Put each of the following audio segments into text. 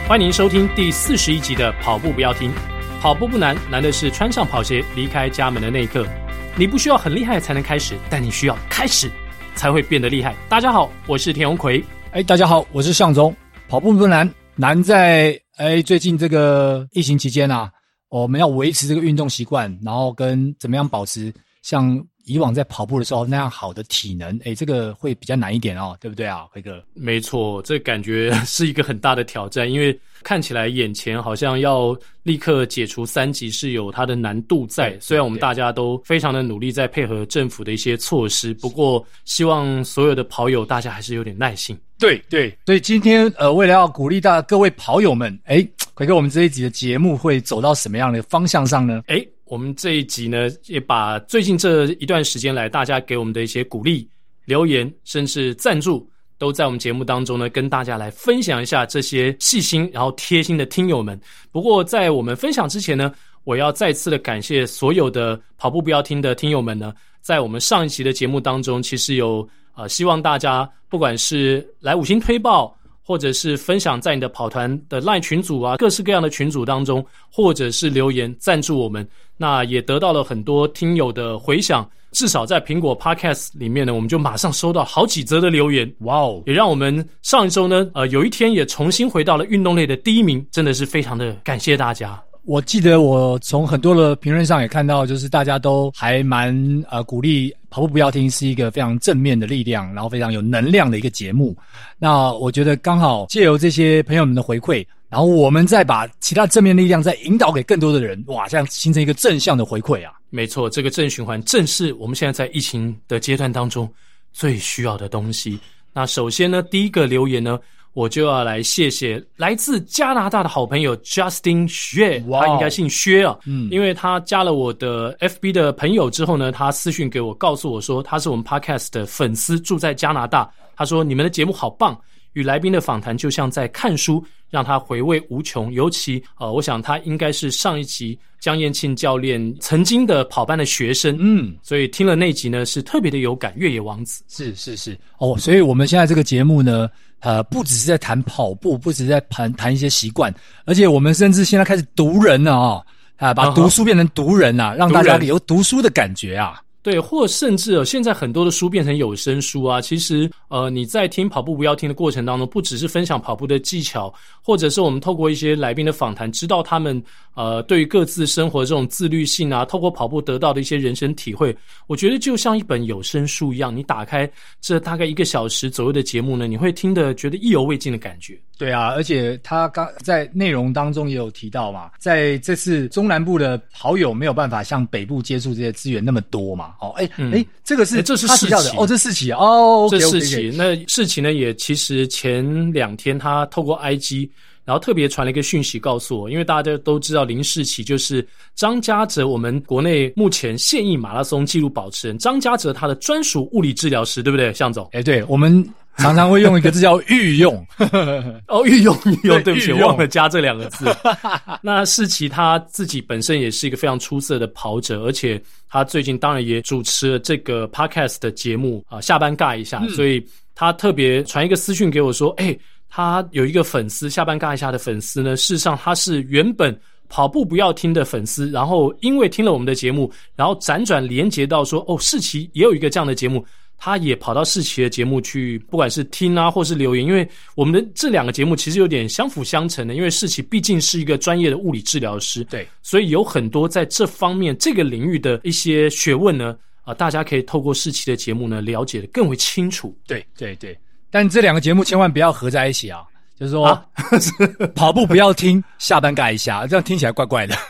欢迎收听第41集的跑步不要停。跑步不难，难的是穿上跑鞋离开家门的那一刻。你不需要很厉害才能开始，但你需要开始才会变得厉害。大家好，我是田鸿奎。 大家好，我是向总。跑步不难，难在最近这个疫情期间啊，我们要维持这个运动习惯，然后跟怎么样保持像以往在跑步的时候那样好的体能，这个会比较难一点哦，对不对啊，辉哥？ 没错，这感觉是一个很大的挑战，因为看起来眼前好像要立刻解除3级是有它的难度在，虽然我们大家都非常的努力在配合政府的一些措施，不过希望所有的跑友大家还是有点耐性。 对，所以今天为了要鼓励各位跑友们，奎哥，我们这一集的节目会走到什么样的方向上呢？ 我们这一集呢，也把最近这一段时间来大家给我们的一些鼓励、留言，甚至赞助，都在我们节目当中呢，跟大家来分享一下这些细心然后贴心的听友们。不过在我们分享之前呢，我要再次的感谢所有的跑步不要听的听友们呢，在我们上一期的节目当中，其实有希望大家不管是来5星推爆，或者是分享在你的跑团的 LINE 群组啊，各式各样的群组当中，或者是留言赞助我们，那也得到了很多听友的回响。至少在苹果 Podcast 里面呢，我们就马上收到好几则的留言，哇哦！也让我们上一周呢，有一天也重新回到了运动类的第1名，真的是非常的感谢大家。 我记得我从很多的评论上也看到，就是大家都还蛮鼓励跑步不要停是一个非常正面的力量，然后非常有能量的一个节目。那我觉得刚好借由这些朋友们的回馈，然后我们再把其他正面力量再引导给更多的人，哇，这样形成一个正向的回馈啊。 没错，这个正循环正是我们现在在疫情的阶段当中最需要的东西。那首先呢，第一个留言呢，我就要来谢谢来自加拿大的好朋友 Justin 薛，他应该姓薛啊，因为他加了我的 FB 的朋友之后呢，他私讯给我，告诉我说他是我们 Podcast 的粉丝，住在加拿大。他说你们的节目好棒，与来宾的访谈就像在看书，让他回味无穷。尤其我想他应该是上一集江彦庆教练曾经的跑班的学生，所以听了那集呢是特别的有感。越野王子是所以我们现在这个节目呢，不只是在谈跑步，不只是在谈一些习惯，而且我们甚至现在开始读人了把读书变成读人啊，让大家有读书的感觉啊。 对，或甚至现在很多的书变成有声书啊。其实你在听跑步不要听的过程当中，不只是分享跑步的技巧，或者是我们透过一些来宾的访谈，知道他们对于各自生活的这种自律性啊，透过跑步得到的一些人生体会，我觉得就像一本有声书一样，你打开这大概1个小时左右的节目呢，你会听得觉得意犹未尽的感觉。 对啊，而且他刚在内容当中也有提到嘛，在这次中南部的跑友没有办法像北部接触这些资源那么多嘛。这个是他提到的这是世奇这世奇。那世奇呢也其实前2天他透过 IG， 然后特别传了一个讯息告诉我，因为大家都知道林世奇就是张家哲，我们国内目前现役马拉松纪录保持人，张家哲他的专属物理治疗师，对不对，向总？ 对，我们常常会用一个字叫御用御用，对不起，忘了加这2个字。那世奇他自己本身也是一个非常出色的跑者，而且他最近当然也主持了这个 podcast 的节目下班尬一下，所以他特别传一个私讯给我说，他有一个粉丝，下班尬一下的粉丝呢，事实上他是原本跑步不要听的粉丝，然后因为听了我们的节目，然后辗转连结到说世奇也有一个这样的节目，他也跑到世奇的节目去，不管是听啊或是留言，因为我们的这2个节目其实有点相辅相成的，因为世奇毕竟是一个专业的物理治疗师，对，所以有很多在这方面这个领域的一些学问呢，大家可以透过世奇的节目呢了解得更为清楚。 对，但这2个节目千万不要合在一起啊，就是说跑步不要听，下班尬一下，这样听起来怪怪的。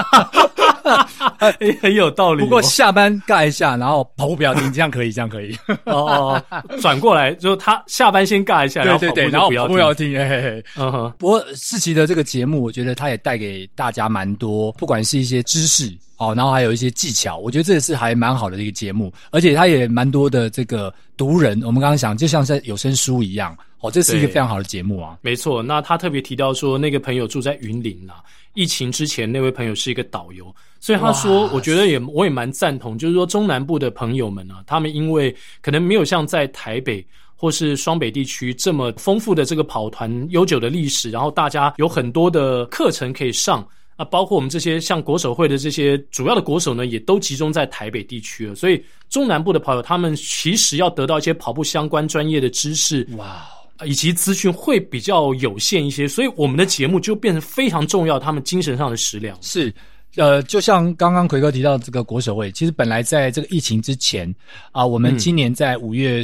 很有道理。 不过下班尬一下，然后跑步不要听，这样可以。 转过来就是他下班先尬一下，然后跑步不要听。 不过世奇的这个节目，我觉得他也带给大家蛮多，不管是一些知识然后还有一些技巧，我觉得这也是还蛮好的一个节目，而且他也蛮多的这个读人，我们刚刚讲就像是有声书一样，这是一个非常好的节目啊。 没错，那他特别提到说那个朋友住在云林啦，疫情之前那位朋友是一个导游，所以他说我觉得我也蛮赞同，就是说中南部的朋友们啊，他们因为可能没有像在台北或是双北地区这么丰富的这个跑团悠久的历史，然后大家有很多的课程可以上啊，包括我们这些像国手会的这些主要的国手呢，也都集中在台北地区了。所以中南部的跑友他们其实要得到一些跑步相关专业的知识，哇，以及资讯会比较有限一些，所以我们的节目就变成非常重要，他们精神上的食粮。 是。就像刚刚奎哥提到这个国手会，其实本来在这个疫情之前我们今年在5月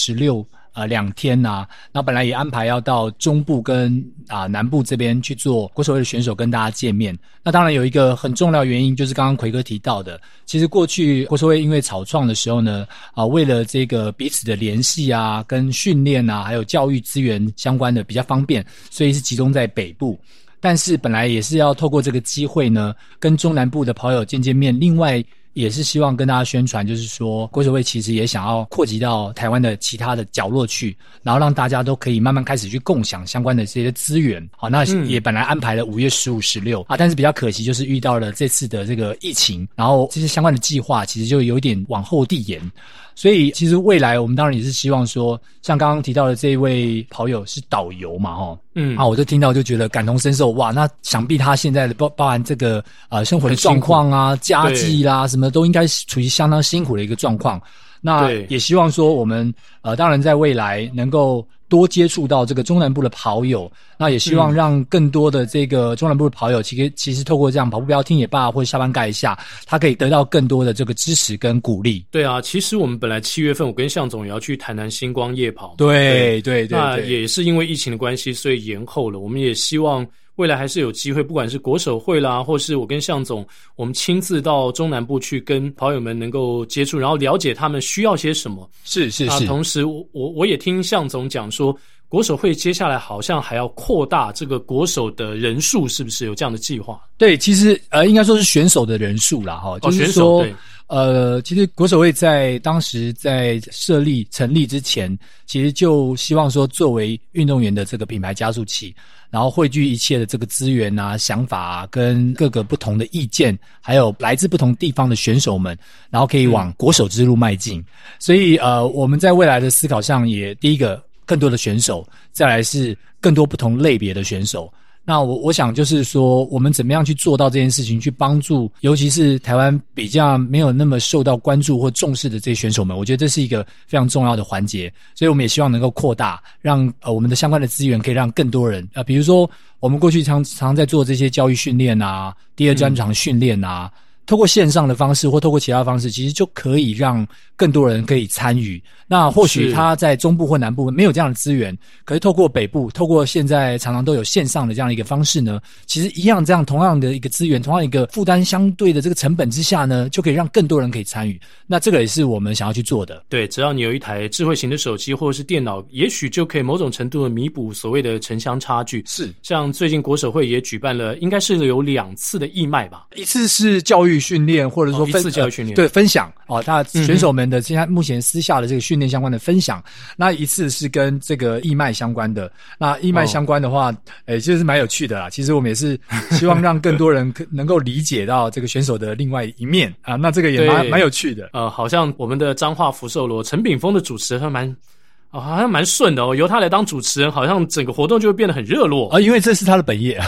15、162天那本来也安排要到中部跟南部这边去做国手会的选手跟大家见面。那当然有一个很重要的原因，就是刚刚奎哥提到的，其实过去国手会因为草创的时候呢为了这个彼此的联系跟训练还有教育资源相关的比较方便，所以是集中在北部。但是本来也是要透过这个机会呢，跟中南部的跑友见面，另外也是希望跟大家宣传，就是说国手会其实也想要扩及到台湾的其他的角落去，然后让大家都可以慢慢开始去共享相关的这些资源。好，那也本来安排了5月15、16但是比较可惜就是遇到了这次的这个疫情，然后这些相关的计划其实就有一点往后递延。所以其实未来我们当然也是希望说，像刚刚提到的这一位跑友是导游嘛我就听到就觉得感同身受，哇，那想必他现在的包含这个生活的状况家计啦什么都应该是处于相当辛苦的一个状况。那也希望说我们当然在未来能够多接触到这个中南部的跑友，那也希望让更多的这个中南部的跑友其实透过这样跑步不要听也罢，或者下班盖一下，他可以得到更多的这个支持跟鼓励。 对啊，其实我们本来7月份我跟向总也要去台南星光夜跑， 对， 那也是因为疫情的关系所以延后了。我们也希望未来还是有机会，不管是国手会啦，或是我跟向总我们亲自到中南部去跟跑友们能够接触，然后了解他们需要些什么。 是同时我也听向总讲说，国手会接下来好像还要扩大这个国手的人数，是不是有这样的计划？ 对，其实应该说是选手的人数啦就是说其实国手会在当时在成立之前，其实就希望说作为运动员的这个品牌加速器，然后汇聚一切的这个资源想法跟各个不同的意见，还有来自不同地方的选手们，然后可以往国手之路迈进。所以我们在未来的思考上也第一个更多的选手，再来是更多不同类别的选手。那我想就是说，我们怎么样去做到这件事情，去帮助尤其是台湾比较没有那么受到关注或重视的这些选手们，我觉得这是一个非常重要的环节。所以我们也希望能够扩大，让我们的相关的资源可以让更多人比如说我们过去常在做这些教育训练第二专长训练透过线上的方式或透过其他方式，其实就可以让更多人可以参与。那或许他在中部或南部没有这样的资源，可是透过北部，透过现在常常都有线上的这样的一个方式呢，其实一样这样同样的一个资源，同样一个负担相对的这个成本之下呢，就可以让更多人可以参与。那这个也是我们想要去做的。 对，只要你有一台智慧型的手机或者是电脑，也许就可以某种程度的弥补所谓的城乡差距。 是， 像最近国手会也举办了，应该是有2次的义卖吧， 一次是教育训练，或者说一次教育训练， 对，分享他选手们的现在目前私下的这个训练相关的分享。那一次是跟这个义卖相关的。那义卖相关的话就是蛮有趣的啦。其实我们也是希望让更多人能够理解到这个选手的另外一面那这个也蛮有趣的。 好像我们的彰化福寿螺陈炳峰的主持人好像蛮顺的由他来当主持人，好像整个活动就会变得很热络因为这是他的本业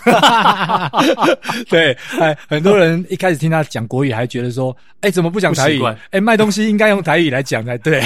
对，很多人一开始听他讲国语还觉得说怎么不讲台语，卖东西应该用台语来讲才对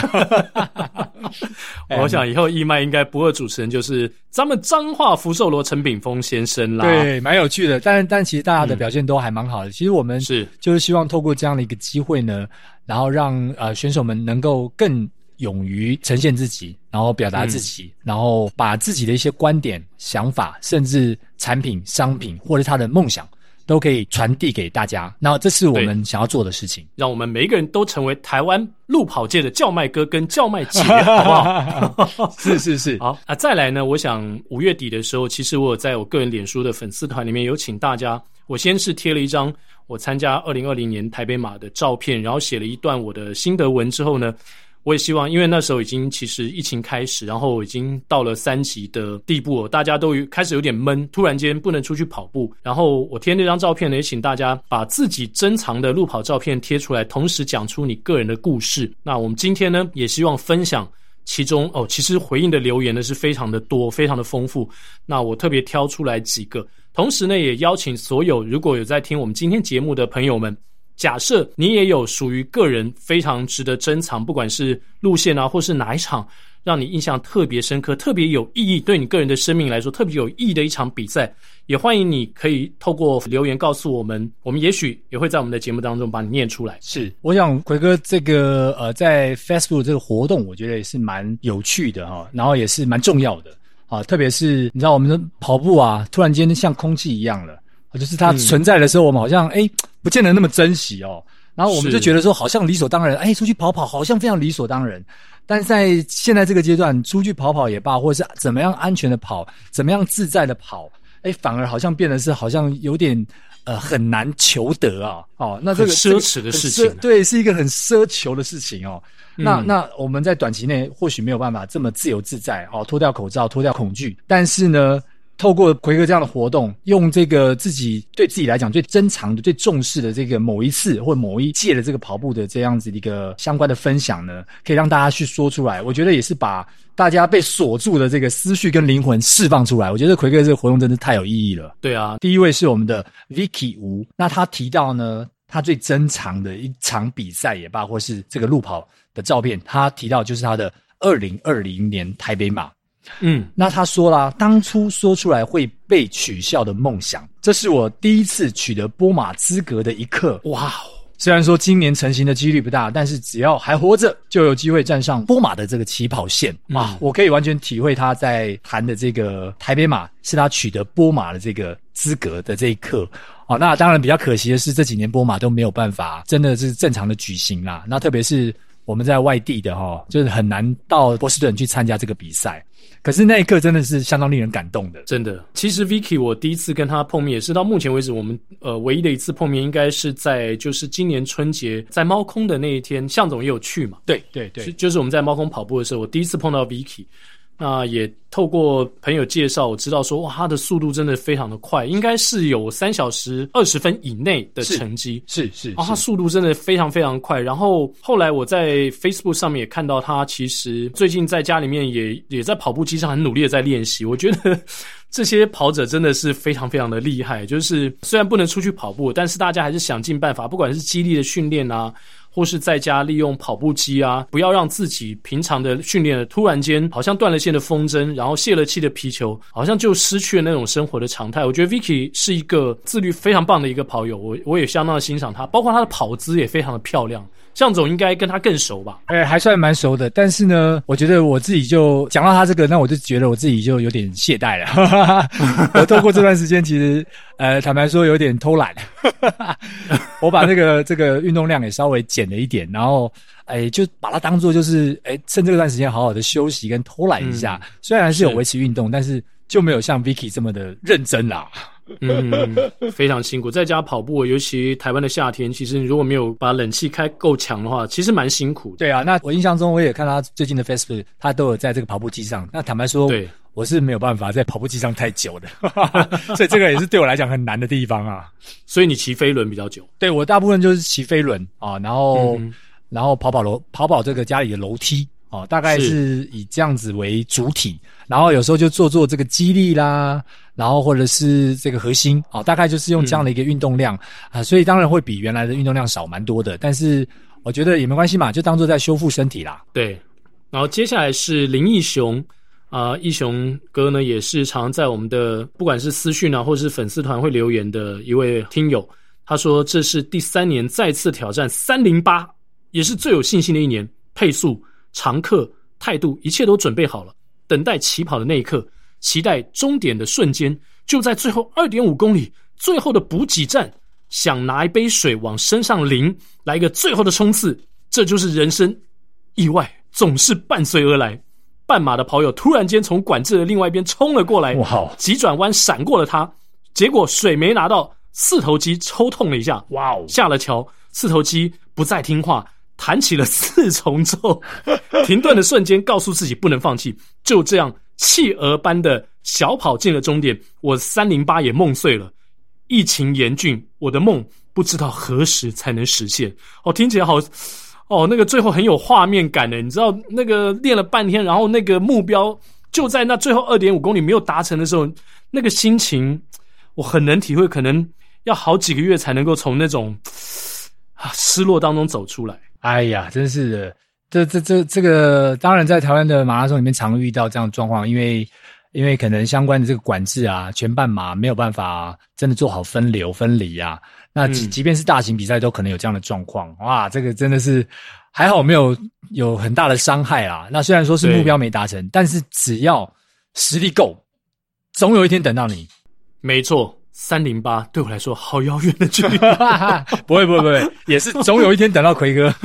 我想以后义卖应该不二主持人就是咱们彰化福寿螺陈炳峰先生啦。 对，蛮有趣的。但其实大家的表现都还蛮好的。其实我们就是希望透过这样的一个机会呢，然后让选手们能够更勇于呈现自己，然后表达自己，然后把自己的一些观点、想法，甚至产品、商品或者他的梦想都可以传递给大家。那这是我们想要做的事情， 让我们每一个人都成为台湾路跑界的叫卖哥跟叫卖姐好不好？ 是好再来呢，我想5月底的时候，其实我有在我个人脸书的粉丝团里面有请大家，我先是贴了一张我参加2020年台北马的照片，然后写了一段我的心得文之后呢，我也希望，因为那时候已经其实疫情开始，然后已经到了3级的地步，大家都开始有点闷，突然间不能出去跑步。然后我贴那张照片呢，也请大家把自己珍藏的路跑照片贴出来，同时讲出你个人的故事。那我们今天呢，也希望分享其中其实回应的留言呢是非常的多，非常的丰富。那我特别挑出来几个，同时呢也邀请所有如果有在听我们今天节目的朋友们，假设你也有属于个人非常值得珍藏，不管是路线啊，或是哪一场让你印象特别深刻、特别有意义，对你个人的生命来说特别有意义的一场比赛，也欢迎你可以透过留言告诉我们，我们也许也会在我们的节目当中把你念出来。 是，我想奎哥这个在 Facebook 这个活动，我觉得也是蛮有趣的哈，然后也是蛮重要的啊，特别是你知道我们的跑步啊，突然间像空气一样了，就是它存在的时候，我们好像不见得那么珍惜哦。然后我们就觉得说好像理所当然，出去跑跑好像非常理所当然。但是在现在这个阶段，出去跑跑也罢，或者是怎么样安全的跑，怎么样自在的跑，反而好像变得是好像有点很难求得啊。那这个很奢侈的事情， 对，是一个很奢求的事情哦。那我们在短期内或许没有办法这么自由自在脱掉口罩，脱掉恐惧，但是呢，透过奎哥这样的活动，用这个自己对自己来讲最珍藏的、最重视的这个某一次或某一届的这个跑步的这样子的一个相关的分享呢，可以让大家去说出来。我觉得也是把大家被锁住的这个思绪跟灵魂释放出来。我觉得奎哥这个活动真的太有意义了。 对啊， 第一位是我们的 Vicky 吴，那他提到呢，他最珍藏的一场比赛也罢，或是这个路跑的照片，他提到就是他的2020年台北马。那他说啦，当初说出来会被取笑的梦想，这是我第一次取得波马资格的一刻。哇！虽然说今年成型的几率不大，但是只要还活着，就有机会站上波马的这个起跑线。我可以完全体会他在谈的这个台北马是他取得波马的这个资格的这一刻。那当然比较可惜的是，这几年波马都没有办法真的是正常的举行啦。那特别是我们在外地的就是很难到波士顿去参加这个比赛。可是那一刻真的是相当令人感动的， 真的。其实 Vicky 我第一次跟他碰面，也是到目前为止我们唯一的一次碰面，应该是在就是今年春节在猫空的那一天，向总也有去嘛。 对对对， 就是我们在猫空跑步的时候，我第一次碰到 Vicky。那也透过朋友介绍，我知道说哇，他的速度真的非常的快，应该是有3小时20分以内的成绩。 是他速度真的非常非常快。然后后来我在 Facebook 上面也看到他其实最近在家里面也在跑步机上很努力的在练习。我觉得这些跑者真的是非常非常的厉害，就是虽然不能出去跑步，但是大家还是想尽办法，不管是肌力的训练啊，或是在家利用跑步机啊，不要让自己平常的训练突然间好像断了线的风筝，然后泄了气的皮球，好像就失去了那种生活的常态。我觉得 Vicky 是一个自律非常棒的一个跑友，我也相当的欣赏他，包括他的跑姿也非常的漂亮。向总应该跟他更熟吧？ 还算蛮熟的，但是呢，我觉得我自己就讲到他这个，那我就觉得我自己就有点懈怠了。我透过这段时间，其实坦白说有点偷懒，我把这个运动量也稍微减了一点，然后就把它当作就是趁这段时间好好的休息跟偷懒一下。虽然是有维持运动，但是就没有像 Vicky 这么的认真啦。 非常辛苦，在家跑步，尤其台湾的夏天，其实你如果没有把冷气开够强的话，其实蛮辛苦的。 对啊，那我印象中我也看他最近的 Facebook， 他都有在这个跑步机上。那坦白说，对，我是没有办法在跑步机上太久的，所以这个也是对我来讲很难的地方啊。 所以你骑飞轮比较久？对， 我大部分就是骑飞轮啊，然后跑这个家里的楼梯。大概是以这样子为主体，然后有时候就做这个肌力啦，然后或者是这个核心，大概就是用这样的一个运动量所以当然会比原来的运动量少蛮多的，但是我觉得也没关系嘛，就当作在修复身体啦。 对，然后接下来是林义雄义雄哥呢，也是常在我们的不管是私讯啊，或者是粉丝团会留言的一位听友，他说这是第3年再次挑战308，也是最有信心的一年，配速常客态度一切都准备好了，等待起跑的那一刻，期待终点的瞬间，就在最后 2.5 公里最后的补给站，想拿一杯水往身上淋，来一个最后的冲刺。这就是人生，意外总是伴随而来。半马的跑友突然间从管制的另外一边冲了过来，急转弯闪过了他，结果水没拿到，四头肌抽痛了一下，下了桥，四头肌不再听话，弹起了4重奏，停顿的瞬间告诉自己不能放弃，就这样企鹅般的小跑进了终点。我308也梦碎了，疫情严峻，我的梦不知道何时才能实现。听起来哦，那个最后很有画面感的，你知道那个练了半天，然后那个目标就在那最后 2.5 公里没有达成的时候，那个心情我很能体会，可能要好几个月才能够从那种失落当中走出来。 哎呀，真是的，这个当然在台湾的马拉松里面常遇到这样的状况，因为可能相关的这个管制啊，全半马没有办法真的做好分离啊。那即便是大型比赛都可能有这样的状况。哇，这个真的是还好没有很大的伤害啦。那虽然说是目标没达成，但是只要实力够，总有一天等到你。 没错。308对我来说好遥远的距离。 不会，也是总有一天等到奎哥。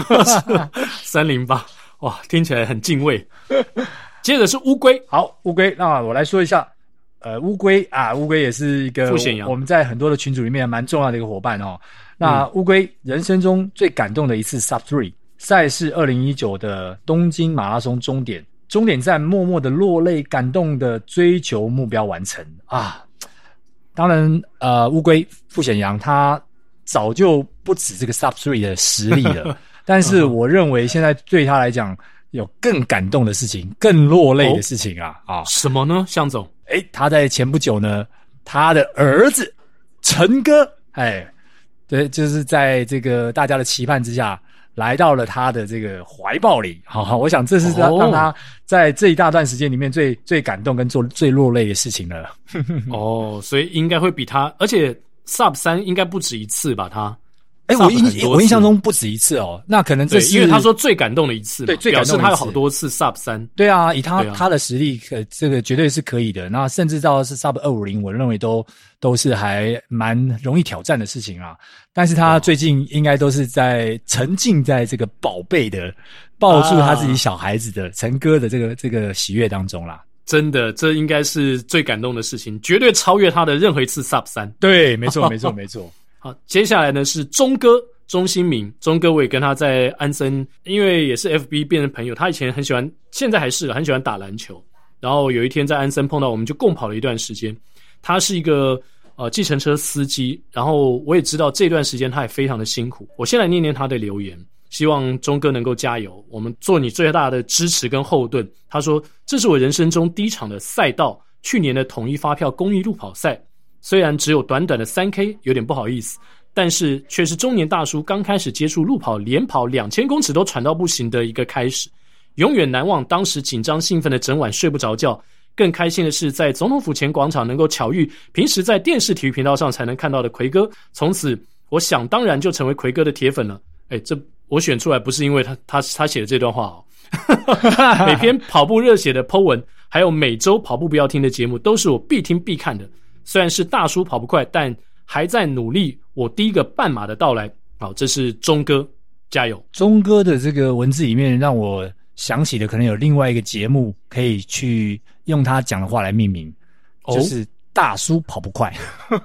308，哇，听起来很敬畏。接着是乌龟。 好，乌龟，那我来说一下，乌龟也是一个我们在很多的群组里面蛮重要的一个伙伴哦。那乌龟人生中最感动的一次 Sub 3赛事，2019的东京马拉松终点站，默默的落泪，感动的追求目标完成啊。当然，乌龟傅显阳他早就不止这个 Sub 3的实力了，但是我认为现在对他来讲有更感动的事情，更落泪的事情啊！ 什么呢，向总？ 他在前不久呢，他的儿子陈哥，对，就是在这个大家的期盼之下，来到了他的这个怀抱里。好，我想这是让他在这一大段时间里面最感动跟最落泪的事情了。 所以应该会比他，而且 Sub 3应该不止一次吧？他我印象中不止一次哦。那可能这是因为他说最感动的一次嘛， 对，最感动的一次， 表示他有好多次 Sub 3。 对啊，以他的实力，这个绝对是可以的。那甚至到是 Sub 250，我认为都是还蛮容易挑战的事情啊。但是他最近应该都是在沉浸在这个宝贝的抱住他自己小孩子的陈哥的这个喜悦当中啦。 真的，这应该是最感动的事情，绝对超越他的任何一次 Sub 3。 对，没错。 好，接下来呢是钟哥钟新明。钟哥我也跟他在安森，因为也是 FB 变成朋友，他以前很喜欢，现在还是很喜欢打篮球，然后有一天在安森碰到，我们就共跑了一段时间。他是一个计程车司机，然后我也知道这段时间他也非常的辛苦。我先来念念他的留言，希望钟哥能够加油，我们做你最大的支持跟后盾。他说，这是我人生中第一场的赛道，去年的统一发票公益路跑赛，虽然只有短短的 3K， 有点不好意思，但是却是中年大叔刚开始接触路跑，连跑2000公尺都喘到不行的一个开始。永远难忘当时紧张兴奋的整晚睡不着觉，更开心的是在总统府前广场能够巧遇平时在电视体育频道上才能看到的奎哥，从此我想当然就成为奎哥的铁粉了。这我选出来不是因为他写的这段话哦。每篇跑步热血的 po 文，还有每周跑步不要听的节目，都是我必听必看的。虽然是大叔跑不快，但还在努力我第一个半马的到来。好，这是钟哥，加油！ 钟哥的这个文字里面让我想起的可能有另外一个节目可以去用他讲的话来命名，就是大叔跑不快。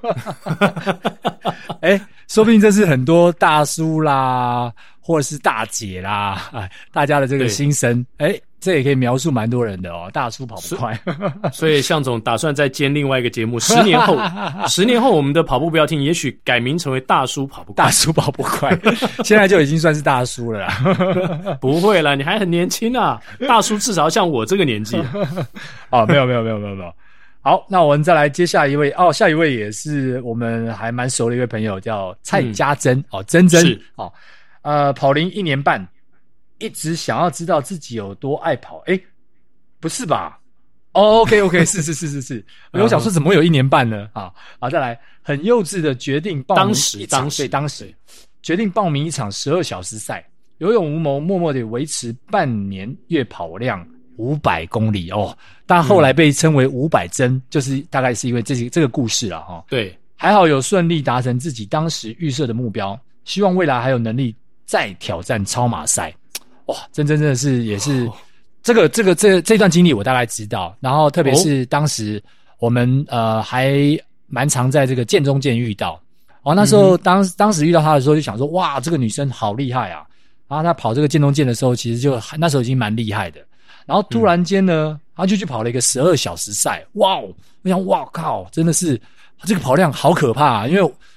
说不定这是很多大叔啦或者是大姐啦大家的这个心声。这也可以描述蛮多人的哦，大叔跑不快。 所以向总打算再兼另外一个节目，10年后我们的跑步不要听也许改名成为大叔跑不快。 大叔跑不快现在就已经算是大叔了啦。 不会啦，你还很年轻啊，大叔至少像我这个年纪。 没有。好，那我们再来接下一位下一位也是我们还蛮熟的一位朋友，叫蔡家珍珍跑龄1年半，一直想要知道自己有多爱跑。不是吧？OK， 是。我想说怎么会有1年半呢？好，再来，很幼稚的决定报名一场，当时决定报名一场12小时赛，有勇无谋，默默的维持半年，月跑量500公里哦，但后来被称为500针，就是大概是因为这个故事啦对， 还好有顺利达成自己当时预设的目标，希望未来还有能力再挑战超马赛。哇，真的是也是这段经历我大概知道，然后特别是当时我们还蛮常在这个建中见遇到。那时候当时遇到他的时候就想说，哇，这个女生好厉害啊！然后她跑这个建中见的时候，其实就那时候已经蛮厉害的。然后突然间呢，他就去跑了一个12小时赛，哇！我想，哇靠，真的是这个跑量好可怕啊！因为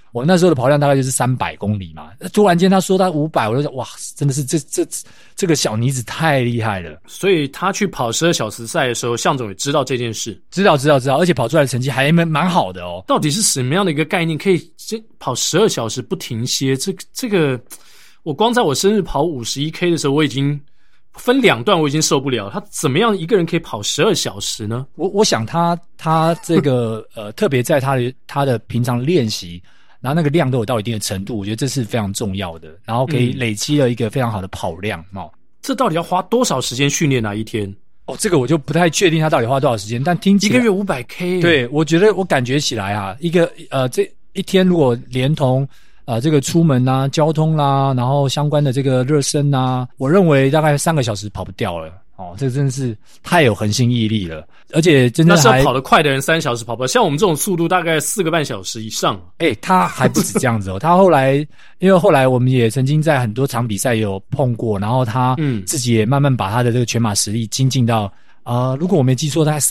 我那时候的跑量大概就是300公里嘛，突然间他说他500，我就想哇，真的是这个小妮子太厉害了。 所以他去跑12小时赛的时候，向总也知道这件事。 知道，而且跑出来的成绩还蛮好的哦。 到底是什么样的一个概念，可以跑12小时不停歇？这个，我光在我生日跑51K 的时候，我已经分2段，我已经受不了。他怎么样一个人可以跑12小时呢？ 我想他这个特别在他的平常练习。然后那个量都有到一定的程度，我觉得这是非常重要的，然后可以累积了一个非常好的跑量哦。 这到底要花多少时间训练一天？ 这个我就不太确定他到底花多少时间，但听起来一个月500K。 对，我觉得我感觉起来一个这一天如果连同这个出门啊、交通啦，然后相关的这个热身啊，我认为大概3个小时跑不掉了。这真的是太有恒心毅力了，而且真的那是要跑得快的人3小时跑不了，像我们这种速度大概4个半小时以上。 他还不止这样子哦，他后来因为后来我们也曾经在很多场比赛有碰过，然后他自己也慢慢把他的这个全马实力精进到如果我没记错，大概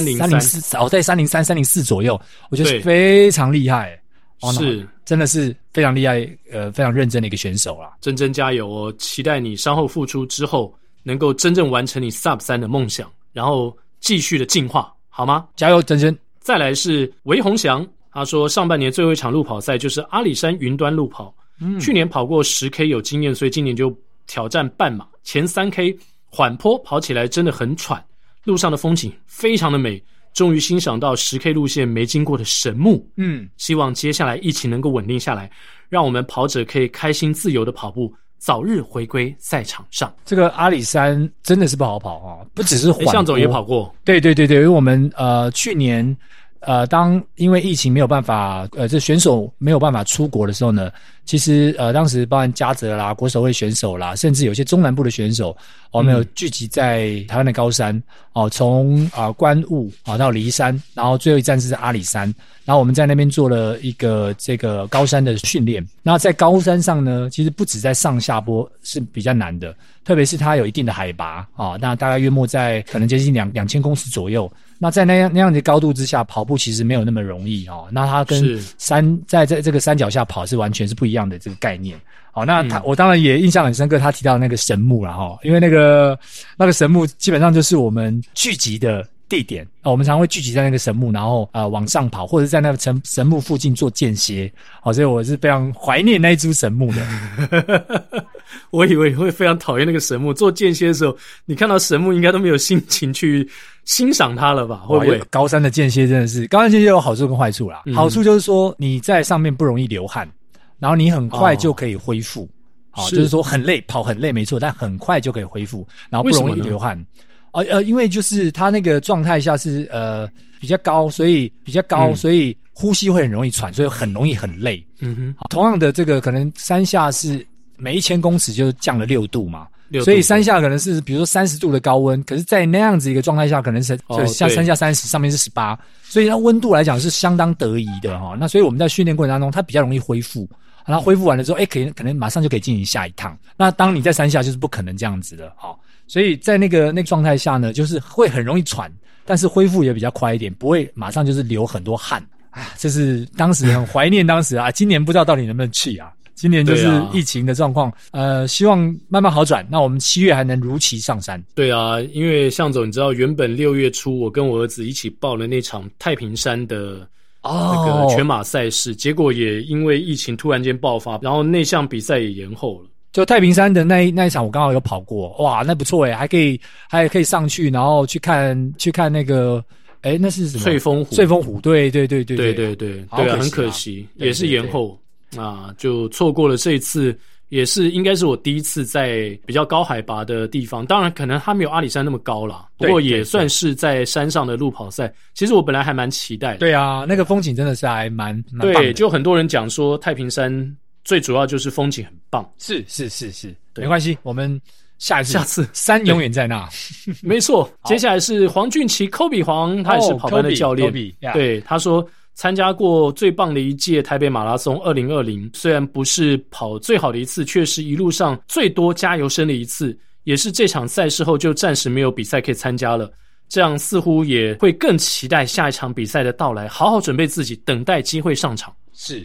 304在303、304左右，我觉得非常厉害。 是， 真的是非常厉害，非常认真的一个选手啦。 真加油哦！期待你稍后复出之后，能够真正完成你 Sub3 的梦想，然后继续的进化，好吗？ 加油，真真！ 再来是韦宏翔，他说上半年最后一场路跑赛就是阿里山云端路跑，去年跑过10K 有经验，所以今年就挑战半马，前3K 缓坡跑起来真的很喘，路上的风景非常的美，终于欣赏到10K 路线没经过的神木。希望接下来疫情能够稳定下来，让我们跑者可以开心自由的跑步，早日回归赛场上。 这个阿里山真的是不好跑不只是缓坡。 向总也跑过。 对，因为我们去年当因为疫情没有办法这选手没有办法出国的时候呢，其实当时包含嘉泽啦、国手会选手啦，甚至有些中南部的选手我们有聚集在台湾的高山从观雾到梨山，然后最后一站是在阿里山，然后我们在那边做了一个这个高山的训练。那在高山上呢，其实不止在上下坡是比较难的，特别是它有一定的海拔那大概约莫在可能接近2000公尺左右。那在那样的高度之下跑步其实没有那么容易那它跟在这个山脚下跑是完全是不一样的这个概念。那我当然也印象很深刻，他提到那个神木啦因为那个神木基本上就是我们聚集的地点我们常会聚集在那个神木，然后往上跑，或者在那个神木附近做间歇所以我是非常怀念那一株神木的。 我以为你会非常讨厌那个神木，做间歇的时候你看到神木应该都没有心情去欣赏它了吧？会不会？ 高山的间歇真的是，高山间歇有好处跟坏处啦。好处就是说你在上面不容易流汗，然后你很快就可以恢复就是说很累，跑很累没错，但很快就可以恢复，然后不容易流汗。因为就是它那个状态下是比较高，所以呼吸会很容易喘，所以很容易很累。同样的这个可能山下是每1000公尺就降了6度嘛，所以山下可能是比如说30度的高温，可是在那样子一个状态下可能是像山下30，上面是18，所以它温度来讲是相当得宜的那所以我们在训练过程当中它比较容易恢复，然后恢复完了之后可能马上就可以进行下一趟。那当你在山下就是不可能这样子的所以在那个状态下呢，就是会很容易喘，但是恢复也比较快一点，不会马上就是流很多汗。这是当时很怀念当时今年不知道到底能不能去今年就是疫情的状况希望慢慢好转，那我们7月还能如期上山。 对啊，因为向总你知道原本6月初我跟我儿子一起报了那场太平山的那个全马赛事结果也因为疫情突然间爆发，然后那项比赛也延后了。 就太平山的那一场我刚好有跑过，哇那不错还可以上去，然后去看那个那是什么？翠峰湖对很可惜也是延后就错过了这一次，也是应该是我第一次在比较高海拔的地方，当然可能它没有阿里山那么高啦，不过也算是在山上的路跑赛，其实我本来还蛮期待的。 对啊，那个风景真的是还蛮棒的。 对，就很多人讲说太平山最主要就是风景很棒。 是没关系，我们下次山永远在那。 没错。接下来是黄俊琪 Kobe 黄，他也是跑班的教练。对，他说参加过最棒的一届台北马拉松2020，虽然不是跑最好的一次，却是一路上最多加油声的一次，也是这场赛事后就暂时没有比赛可以参加了，这样似乎也会更期待下一场比赛的到来，好好准备自己，等待机会上场。 是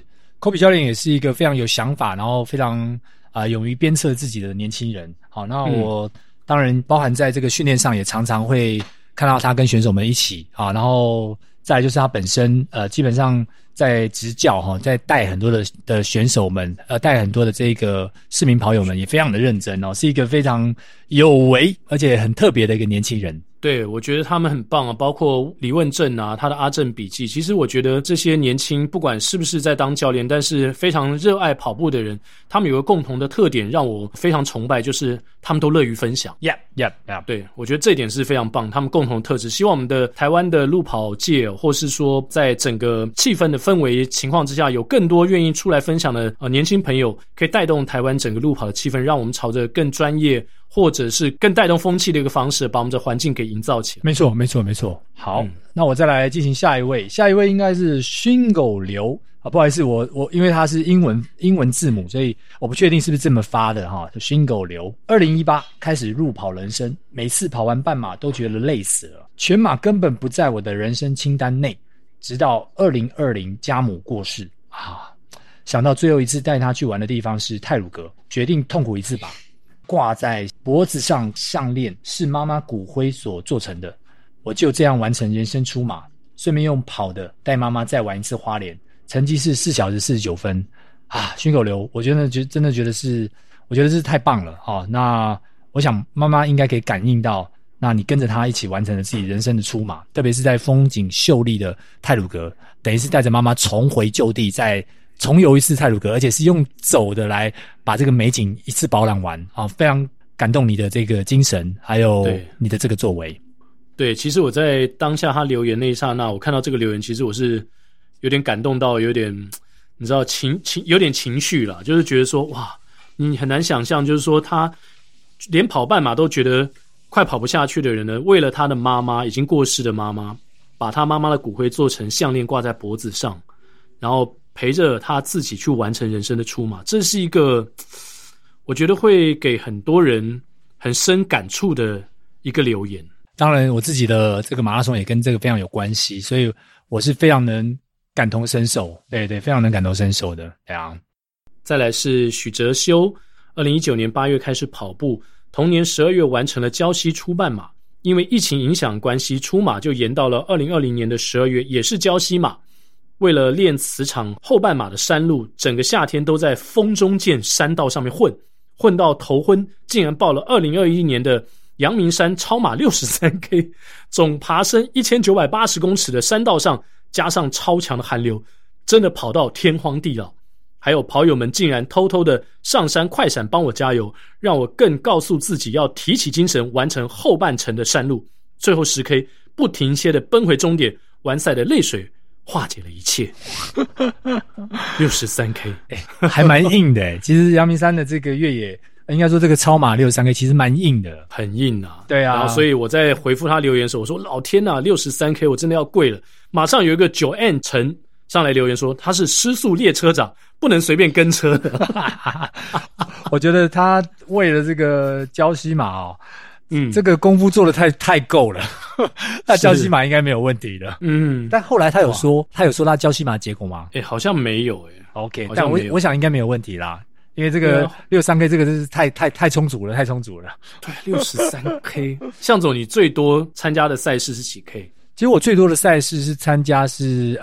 Kobe 教练也是一个非常有想法，然后非常勇于鞭策自己的年轻人。好，那我当然包含在这个训练上也常常会看到他跟选手们一起啊，然后再来就是他本身基本上在执教在带很多的选手们带很多的这个市民跑友们也非常的认真是一个非常有为而且很特别的一个年轻人。 对，我觉得他们很棒啊，包括李问正啊，他的阿正笔记。其实我觉得这些年轻，不管是不是在当教练，但是非常热爱跑步的人，他们有个共同的特点，让我非常崇拜，就是他们都乐于分享。 Yeah. 对，我觉得这一点是非常棒，他们共同的特质。希望我们的台湾的路跑界，或是说在整个气氛的氛围情况之下，有更多愿意出来分享的年轻朋友，可以带动台湾整个路跑的气氛，让我们朝着更专业，或者是更带动风气的一个方式，把我们的环境给营造起来。 没错。好，那我再来进行下一位应该是熏狗流不好意思，我因为它是英文字母，所以我不确定是不是这么发的熏狗流。2018开始路跑人生，每次跑完半马都觉得累死了，全马根本不在我的人生清单内，直到2020家母过世想到最后一次带他去玩的地方是太鲁阁，决定痛苦一次吧。挂在脖子上项链是妈妈骨灰所做成的，我就这样完成人生出马，顺便用跑的带妈妈再玩一次花莲，成绩是4小时49分熏狗流，我真的觉得是，我觉得是太棒了那我想妈妈应该可以感应到，那你跟着她一起完成了自己人生的出马，特别是在风景秀丽的太鲁阁，等于是带着妈妈重回旧地，再重游一次太鲁阁，而且是用走的来把这个美景一次饱览完非常感动你的这个精神，还有你的这个作为。 对，其实我在当下他留言那一刹那，我看到这个留言，其实我是有点感动到有点，你知道有点情绪啦，就是觉得说哇，你很难想象，就是说他连跑半马都觉得快跑不下去的人呢，为了他的妈妈，已经过世的妈妈，把他妈妈的骨灰做成项链挂在脖子上，然后陪着他自己去完成人生的出马，这是一个我觉得会给很多人很深感触的一个留言。 当然我自己的这个马拉松也跟这个非常有关系，所以我是非常能感同身受，对，非常能感同身受的。对啊。 再来是许哲修，2019年8月开始跑步，同年12月完成了礁溪初半马，因为疫情影响关系，出马就延到了2020年的12月，也是礁溪马。为了练磁场后半马的山路，整个夏天都在风中剑山道上面混到头昏，竟然报了2021年的阳明山超马 63K， 总爬升1980公尺的山道上，加上超强的寒流，真的跑到天荒地老。还有跑友们竟然偷偷的上山快闪帮我加油，让我更告诉自己要提起精神完成后半程的山路。最后 10K 不停歇的奔回终点，完赛的泪水化解了一切。63K 还蛮硬的其实阳明山的这个越野，应该说这个超马 63K 其实蛮硬的， 很硬啊。 对啊， 然后所以我在回复他留言的时候，我说老天啊， 63K 我真的要跪了。马上有一个9N 陈上来留言说他是失速列车长，不能随便跟车的。 我觉得他为了这个礁溪马这个功夫做得太够了。那礁溪马应该没有问题的。但后来他有说他礁溪马结果吗？ 好像没有 OK， 但我想应该没有问题啦，因为这个 63K 这个是太充足了，太充足了。 对，63K。向总，你最多参加的赛事是几 K？ 其实我最多的赛事是参加是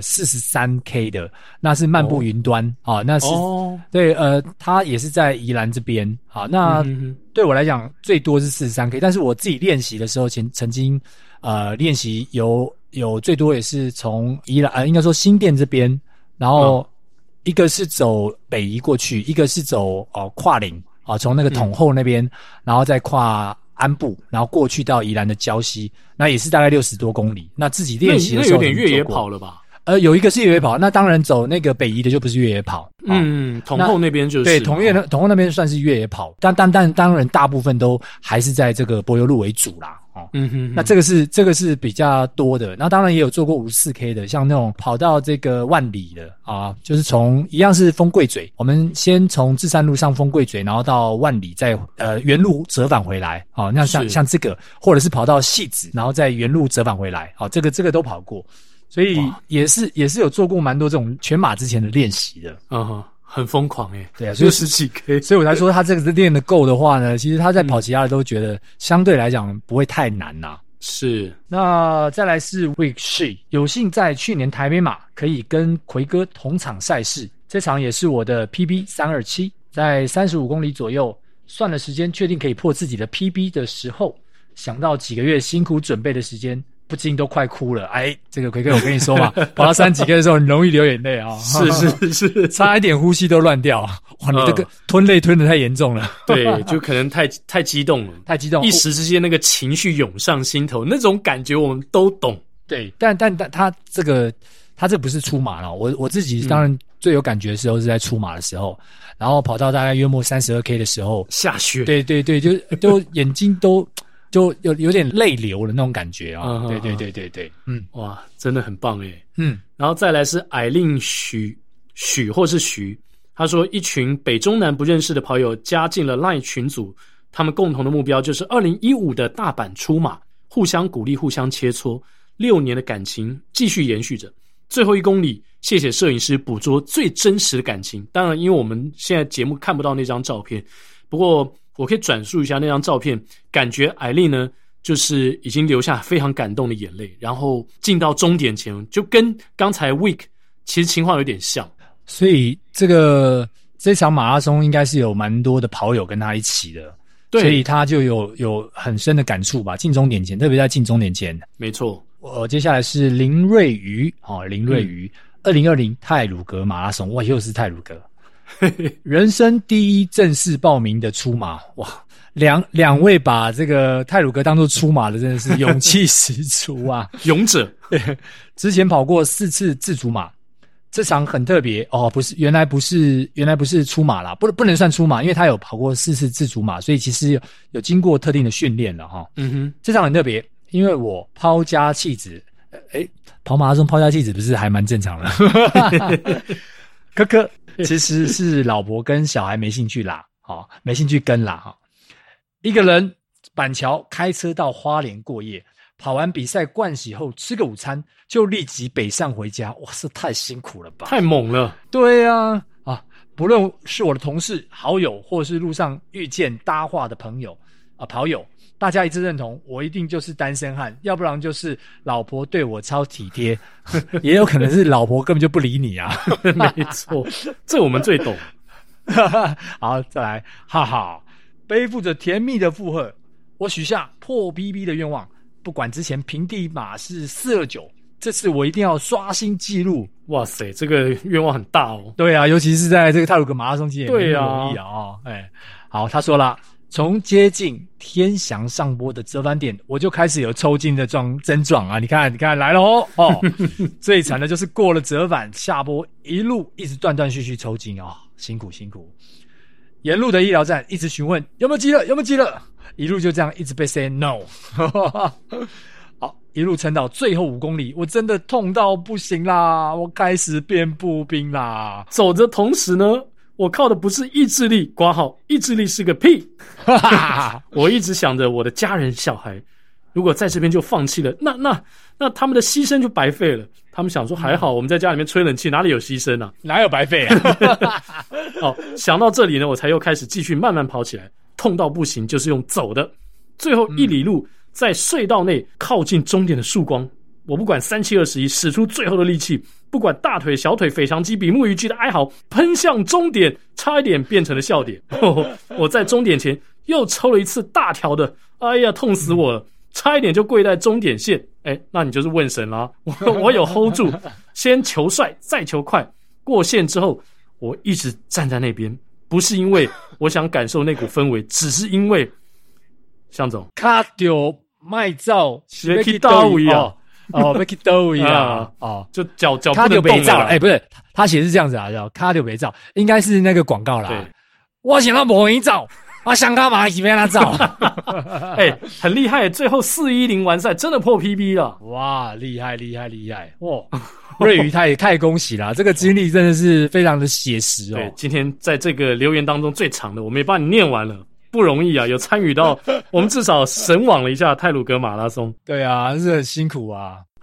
43K 的，那是漫步云端那是对它也是在宜兰这边那对我来讲最多是43K， 但是我自己练习的时候曾经练习有最多也是从宜兰应该说新店这边，然后一个是走北宜过去，一个是走跨岭从那个统后那边然后再跨安步，然后过去到宜兰的礁溪，那也是大概60多公里。那自己练习的时候那有点越野跑了吧？ 有一个是越野跑，那当然走那个北宜的就不是越野跑。 统后那边就是对，统后那边算是越野跑，但当然大部分都还是在这个柏油路为主啦。那这个是比较多的。那当然也有做过54K 的，像那种跑到这个万里的就是从一样是丰贵嘴，我们先从至善路上丰贵嘴，然后到万里，再原路折返回来那像这个，或者是跑到戏子，然后再原路折返回来这个都跑过。 所以也是有做过蛮多这种全马之前的练习的。 很疯狂对啊，所以 60几 K， 所以我才说他这个练得够的话呢，其实他在跑其他的都觉得相对来讲不会太难呐。 是。 那再来是 Week She， 有幸在去年台北马可以跟奎哥同场赛事，这场也是我的 PB 327，在35公里左右，算了时间确定可以破自己的 PB 的时候，想到几个月辛苦准备的时间，不禁都快哭了。这个奎哥我跟你说嘛，跑到30几 K 的时候很容易流眼泪啊。 是， 差一点呼吸都乱掉。哇，你这个吞泪吞得太严重了。 对，就可能太激动了， 太激动， 一时之间那个情绪涌上心头，那种感觉我们都懂。 对，但他这不是出马了。我自己当然最有感觉的时候是在出马的时候，然后跑到大概约莫32 K 的时候， 下雪。 对，就眼睛都就有点泪流的那种感觉啊。对， 哇，真的很棒耶。然后再来是艾令许或是徐，他说一群北中南不认识的跑友加进了 LINE 群组，他们共同的目标就是2015的大阪出马，互相鼓励，互相切磋，6年的感情继续延续着。最后1公里，谢谢摄影师捕捉最真实的感情。当然因为我们现在节目看不到那张照片，不过我可以转述一下那张照片，感觉艾丽呢就是已经流下非常感动的眼泪，然后进到终点前就跟刚才 Week 其实情况有点像。 所以这场马拉松应该是有蛮多的跑友跟他一起的，对，所以他就有很深的感触吧。进终点前，特别在进终点前， 没错。 接下来是林瑞瑜2020太鲁阁马拉松，哇，又是太鲁阁，人生第一正式报名的出马，哇，两位把这个太鲁阁当作出马的，真的是勇气十足啊， 勇者。 之前跑过4次自主马。这场很特别哦，原来不是出马啦，不能算出马，因为他有跑过4次自主马，所以其实有经过特定的训练了哈。这场很特别，因为我抛家弃子，跑马拉松抛家弃子不是还蛮正常的。科科其实是老婆跟小孩没兴趣啦，没兴趣跟啦哈。一个人板桥开车到花莲过夜。跑完比赛盥洗后吃个午餐就立即北上回家，哇，这太辛苦了吧， 太猛了。 对啊，不论是我的同事好友或是路上遇见搭话的朋友跑友，大家一致认同我一定就是单身汉，要不然就是老婆对我超体贴。也有可能是老婆根本就不理你啊。 没错，这我们最懂。 好，再来，哈哈，背负着甜蜜的负荷，我许下破 PB 的愿望，不管之前平地马是429，这次我一定要刷新纪录。 哇塞，这个愿望很大哦。 对啊，尤其是在这个太鲁阁马拉松期也很容易啊。好，他说了，从接近天祥上坡的折返点，我就开始有抽筋的症状啊。你看来了哦。最惨的就是过了折返下坡，一路一直断断续续抽筋辛苦。沿路的医疗站一直询问有没有积了，一路就这样一直被 say no。 好，一路撑到最后5公里，我真的痛到不行啦，我开始变步兵啦。 走的同时呢，我靠的不是意志力，括号意志力是个屁。我一直想着我的家人小孩，如果在这边就放弃了，那他们的牺牲就白费了。他们想说还好我们在家里面吹冷气，哪里有牺牲啊， 哪有白费啊。 想到这里呢，我才又开始继续慢慢跑起来，痛到不行就是用走的。最后1里路在隧道内靠近终点的曙光，我不管3721，使出最后的力气，不管大腿小腿腓肠肌比目鱼肌的哀嚎，喷向终点，差一点变成了笑点。我在终点前又抽了一次大条的，哎呀痛死我了，差一点就跪在终点线。那你就是问神啦。我有 hold 住，先求帅再求快。过线之后我一直站在那边，不是因为我想感受那股氛围，只是因为向总卡丢卖照要去哪位啊？ 要去哪位啊？ 就脚不能动了。 不是，他写是这样子啊，叫卡丢没照，应该是那个广告啦。 对， 我想要没人照，我想干嘛去被他照。 很厉害，最后410完赛，真的破 PB 了。 哇，厉害！哇，瑞宇太恭喜了，这个经历真的是非常的写实哦。 对，今天在这个留言当中最长的，我们也帮你念完了。不容易啊，有参与到，我们至少神往了一下太鲁阁马拉松。 对啊，是很辛苦啊。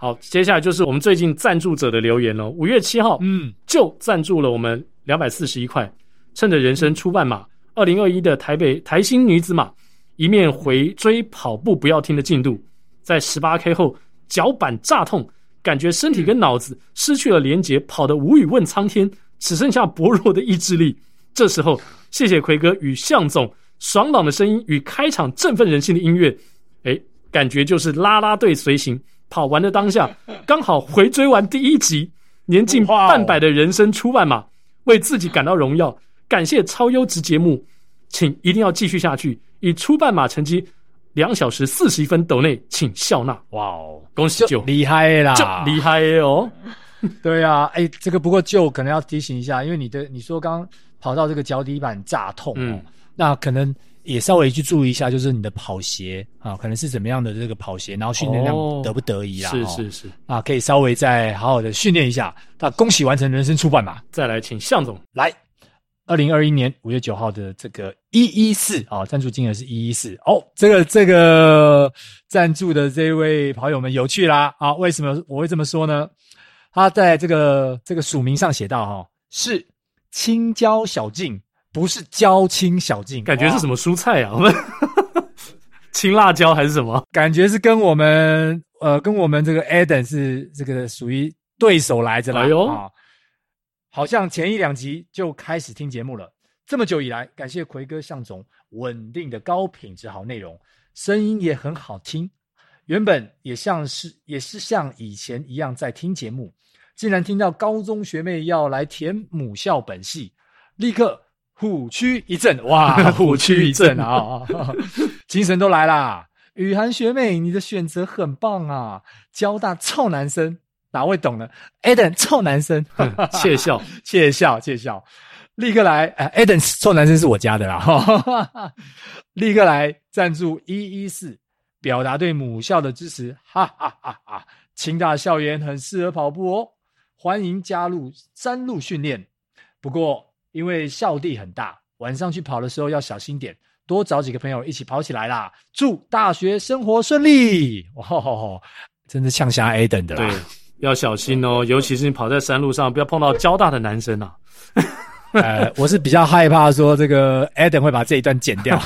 好，接下来就是我们最近赞助者的留言了。5月7号，就赞助了我们241块，趁着人生初半马，2021的台新女子马，一面回追跑步不要停的进度，在 18K 后脚板炸痛，感觉身体跟脑子失去了连结，跑得无语问苍天，只剩下薄弱的意志力。这时候，谢谢奎哥与向总爽朗的声音与开场振奋人心的音乐，感觉就是啦啦队随行。跑完的当下，刚好回追完第1集，年近半百的人生初半马，为自己感到荣耀，感谢超优质节目，请一定要继续下去，以初半马成绩2小时41分斗内，请笑纳。哇哦，恭喜就厉害啦， 就厉害哦。 对啊，这个不过就可能要提醒一下，因为你说刚跑到这个脚底板炸痛那可能也稍微去注意一下，就是你的跑鞋啊，可能是怎么样的这个跑鞋，然后训练量得不得宜啦。 是啊，可以稍微再好好的训练一下。那恭喜完成人生初半马。 再来，请向总来。2021年5月9号的这个114啊，赞助金额是114哦。这个赞助的这位跑友们有趣啦啊！为什么我会这么说呢？他在这个署名上写到是青椒小径，不是椒青小径， 感觉是什么蔬菜啊？我们青辣椒还是什么？ 感觉是跟我们这个 Adam 是这个属于对手来着啦。哎呦啊！好像前1、2集就开始听节目了，这么久以来，感谢奎哥向总稳定的高品质好内容，声音也很好听。原本也是像以前一样在听节目，竟然听到高中学妹要来填母校本系，立刻虎躯一震，哇，虎躯一震啊！精神都来啦！雨涵学妹，你的选择很棒啊！交大臭男生。哪位懂呢 ？Adam 臭男生， 窃笑， 窃笑，窃笑，立刻来！Adam 臭男生是我家的啦，立刻来赞助114，表达对母校的支持，哈哈哈哈！清大校园很适合跑步哦，欢迎加入山路训练。不过因为校地很大，晚上去跑的时候要小心点，多找几个朋友一起跑起来啦！祝大学生活顺利！哇，真的呛瞎 Adam 的啦。 对。要小心哦，尤其是你跑在山路上，不要碰到交大的男生啊。 我是比较害怕说这个 Adam 会把这一段剪掉。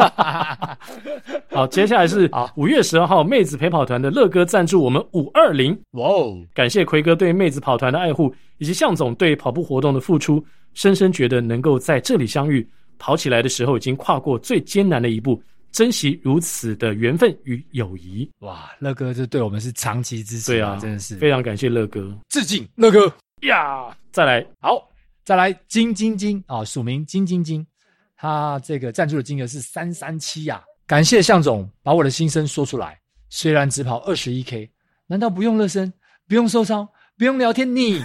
好，接下来是5月12号妹子陪跑团的乐哥赞助我们520。哇哦！感谢奎哥对妹子跑团的爱护，以及向总对跑步活动的付出，深深觉得能够在这里相遇，跑起来的时候已经跨过最艰难的一步。珍惜如此的缘分与友谊。哇， 乐哥这对我们是长期支持， 对啊， 真的是非常感谢乐哥， 致敬乐哥呀！再来， 好，再来金啊，署名金，他这个赞助的金额是337呀。感谢向总把我的心声说出来，虽然只跑21K， 难道不用热身，不用收操，不用聊天你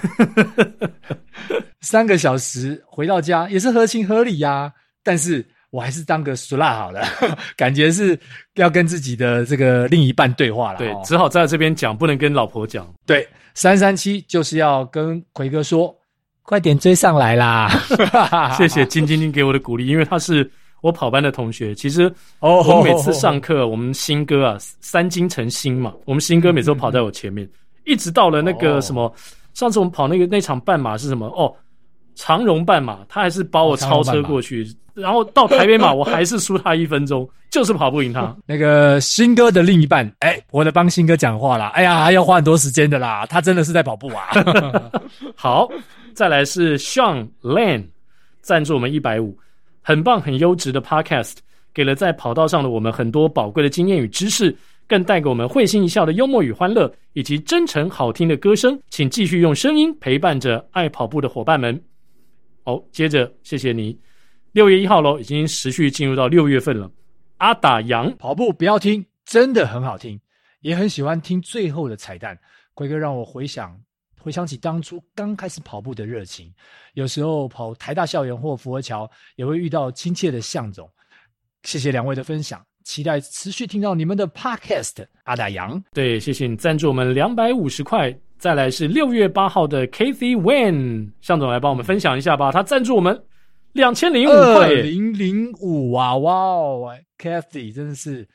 3个小时回到家也是合情合理呀，但是我还是当个俗辣好了，感觉是要跟自己的这个另一半对话了。 对，只好在这边讲，不能跟老婆讲。 对，337就是要跟奎哥说，快点追上来啦！ 谢谢金给我的鼓励，因为他是我跑班的同学。其实我们每次上课，我们新哥啊，3金成新嘛，我们新哥每次都跑在我前面，一直到了那个什么，上次我们跑那场半马是什么？长荣半马，他还是把我超车过去。然后到台北马，我还是输他1分钟，就是跑不赢他。 那个新哥的另一半，我得帮新哥讲话啦。哎呀，还要花很多时间的啦，他真的是在跑步啊。 好，再来是 Sean Lan 赞助我们150，很棒很优质的 Podcast， 给了在跑道上的我们很多宝贵的经验与知识，更带给我们会心一笑的幽默与欢乐，以及真诚好听的歌声。请继续用声音陪伴着爱跑步的伙伴们。好，接着谢谢你。6月1号咯，已经持续进入到6月份了。阿打杨跑步不要听，真的很好听，也很喜欢听最后的彩蛋。奎哥让我回想起当初刚开始跑步的热情，有时候跑台大校园或福和桥也会遇到亲切的向总。谢谢2位的分享，期待持续听到你们的 podcast。 阿打杨， 对，谢谢你赞助我们250块。再来是6月8号的 Kathy Wen， 向总来帮我们分享一下吧，他赞助我们2005块耶。 2005啊，哇哦 ，Kathy 真的是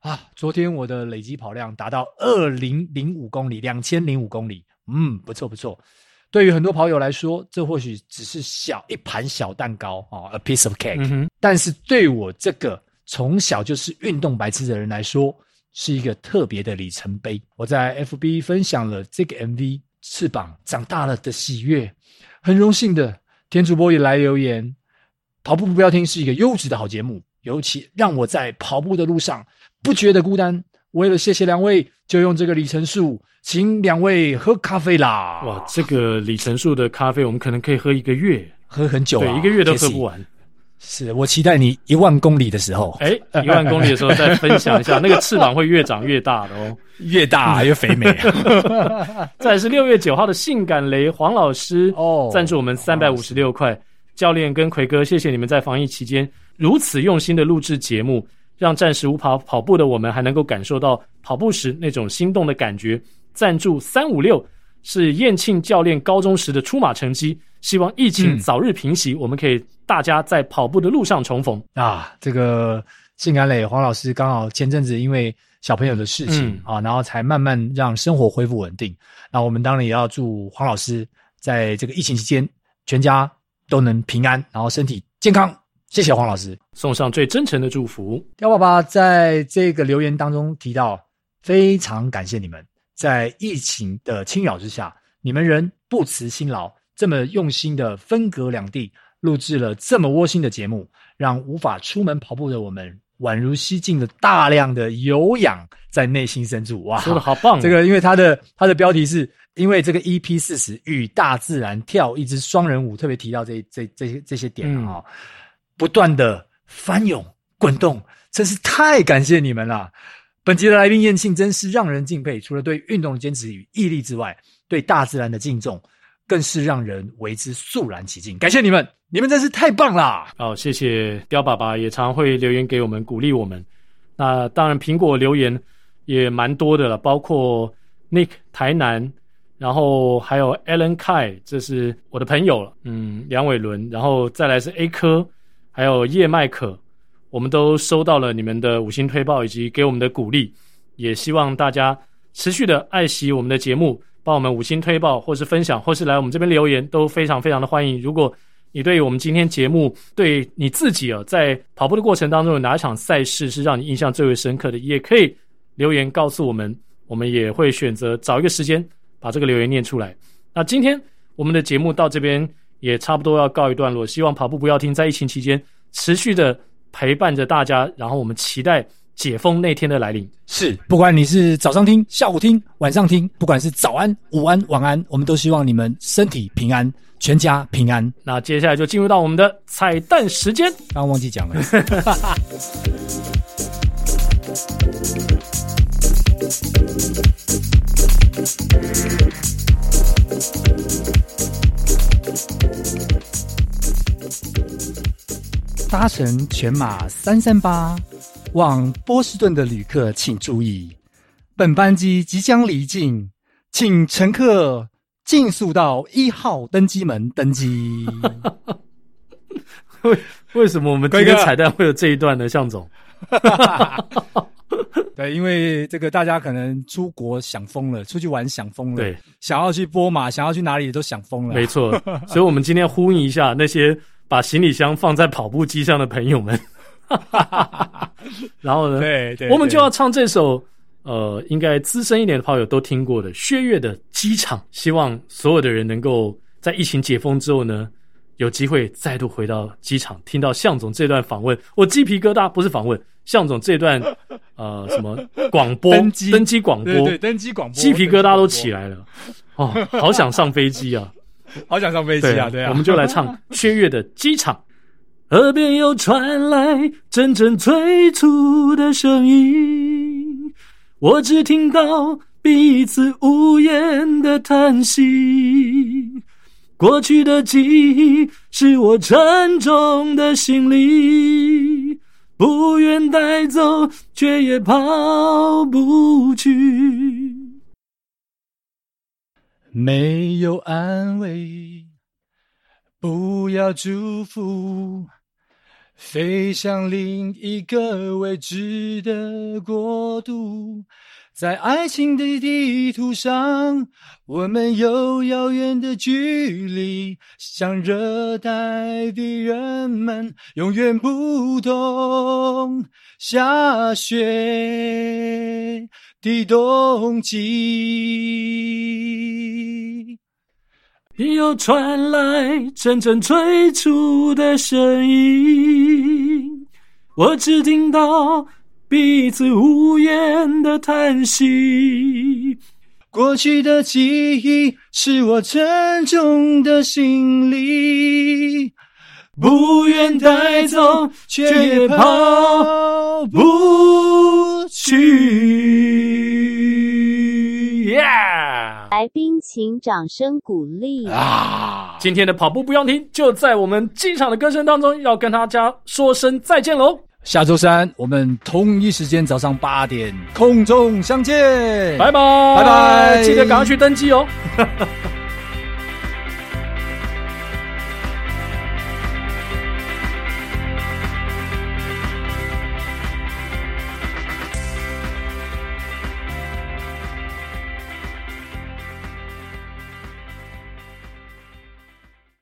昨天我的累积跑量达到2005公里，2005公里，不错不错。对于很多跑友来说，这或许只是一盘小蛋糕，a piece of cake，但是对我这个从小就是运动白痴的人来说，是一个特别的里程碑。我在 FB 分享了这个 MV 翅膀长大了的喜悦，很荣幸的田主播也来留言，跑步不要听是一个优质的好节目，尤其让我在跑步的路上不觉得孤单。为了谢谢两位，就用这个里程数请两位喝咖啡啦。 哇，这个里程数的咖啡我们可能可以喝1个月， 喝很久啊， 对，1个月都喝不完。 是，我期待你1万公里的时候 ，1万公里的时候再分享一下，那个翅膀会越长越大的哦， 越大越肥美啊。 再来是6月9号的性感雷黄老师赞助我们356块，教练跟奎哥，谢谢你们在防疫期间如此用心的录制节目，让暂时无跑步的我们还能够感受到跑步时那种心动的感觉。赞助356是燕庆教练高中时的出马成绩，希望疫情早日平息，我们可以大家在跑步的路上重逢啊。这个性感磊黄老师刚好前阵子因为小朋友的事情然后才慢慢让生活恢复稳定。那我们当然也要祝黄老师在这个疫情期间全家都能平安，然后身体健康。谢谢黄老师， 送上最真诚的祝福。 刁爸爸在这个留言当中提到，非常感谢你们在疫情的侵扰之下，你们仍不辞辛劳，这么用心的分隔两地录制了这么窝心的节目，让无法出门跑步的我们宛如吸进了大量的有氧在内心深处。哇， 说的好棒这个因为它的标题是因为这个 EP40 与大自然跳一支双人舞，特别提到这些点不断的翻涌滚动，真是太感谢你们了。本集的来宾燕庆真是让人敬佩，除了对运动的坚持与毅力之外，对大自然的敬重更是让人为之肃然起敬。感谢你们，你们真是太棒啦！ 谢谢刁爸爸，也常会留言给我们鼓励我们。那当然苹果留言也蛮多的了，包括 Nick 台南，然后还有 Alan Kai， 这是我的朋友了，梁伟伦，然后再来是 A 科，还有叶麦可，我们都收到了你们的5星推报以及给我们的鼓励，也希望大家持续的爱惜我们的节目，帮我们5星推报或是分享，或是来我们这边留言，都非常非常的欢迎。如果你对于我们今天节目，对你自己在跑步的过程当中有哪一场赛事是让你印象最为深刻的，也可以留言告诉我们，我们也会选择找一个时间把这个留言念出来。那今天我们的节目到这边也差不多要告一段落，希望跑步不要停在疫情期间持续的陪伴着大家，然后我们期待解封那天的来临。 是，不管你是早上听、下午听、晚上听，不管是早安、午安、晚安，我们都希望你们身体平安，全家平安。 那接下来就进入到我们的彩蛋时间， 刚刚忘记讲了。搭乘全马338往波士顿的旅客请注意，本班机即将离境，请乘客尽速到1号登机门登机。 为什么我们今天彩蛋会有这一段呢？向总。 对，因为这个大家可能出国想疯了，出去玩想疯了， 对， 想要去波马，想要去哪里都想疯了。 没错，所以我们今天呼应一下那些把行李箱放在跑步机上的朋友们。然后呢， 对， 我们就要唱这首应该资深一点的跑友都听过的薛岳的《机场》，希望所有的人能够在疫情解封之后呢，有机会再度回到机场，听到向总这段访问，我鸡皮疙瘩，不是访问，向总这段什么广播登机广播， 对，登机广播， 鸡皮疙瘩都起来了。好想上飞机啊， 好想上飞机啊，对啊， 我们就来唱薛岳的《机场》。耳边又传来阵阵催促的声音，我只听到彼此无言的叹息。过去的记忆是我沉重的行李，不愿带走，却也抛不去。 没有安慰，不要祝福， 飞向另一个未知的国度，在爱情的地图上，我们有遥远的距离，像热带的人们永远不懂下雪的冬季。 又传来阵阵催促的声音，我只听到彼此无言的叹息。 过去的记忆是我沉重的行李，不愿带走，却也抛不去。 来宾请掌声鼓励今天的跑步不要停，就在我们机场的歌声当中，要跟大家说声再见喽。 下周三我们同一时间早上8点空中相见， 拜拜， 拜拜， 记得赶快去登记哦。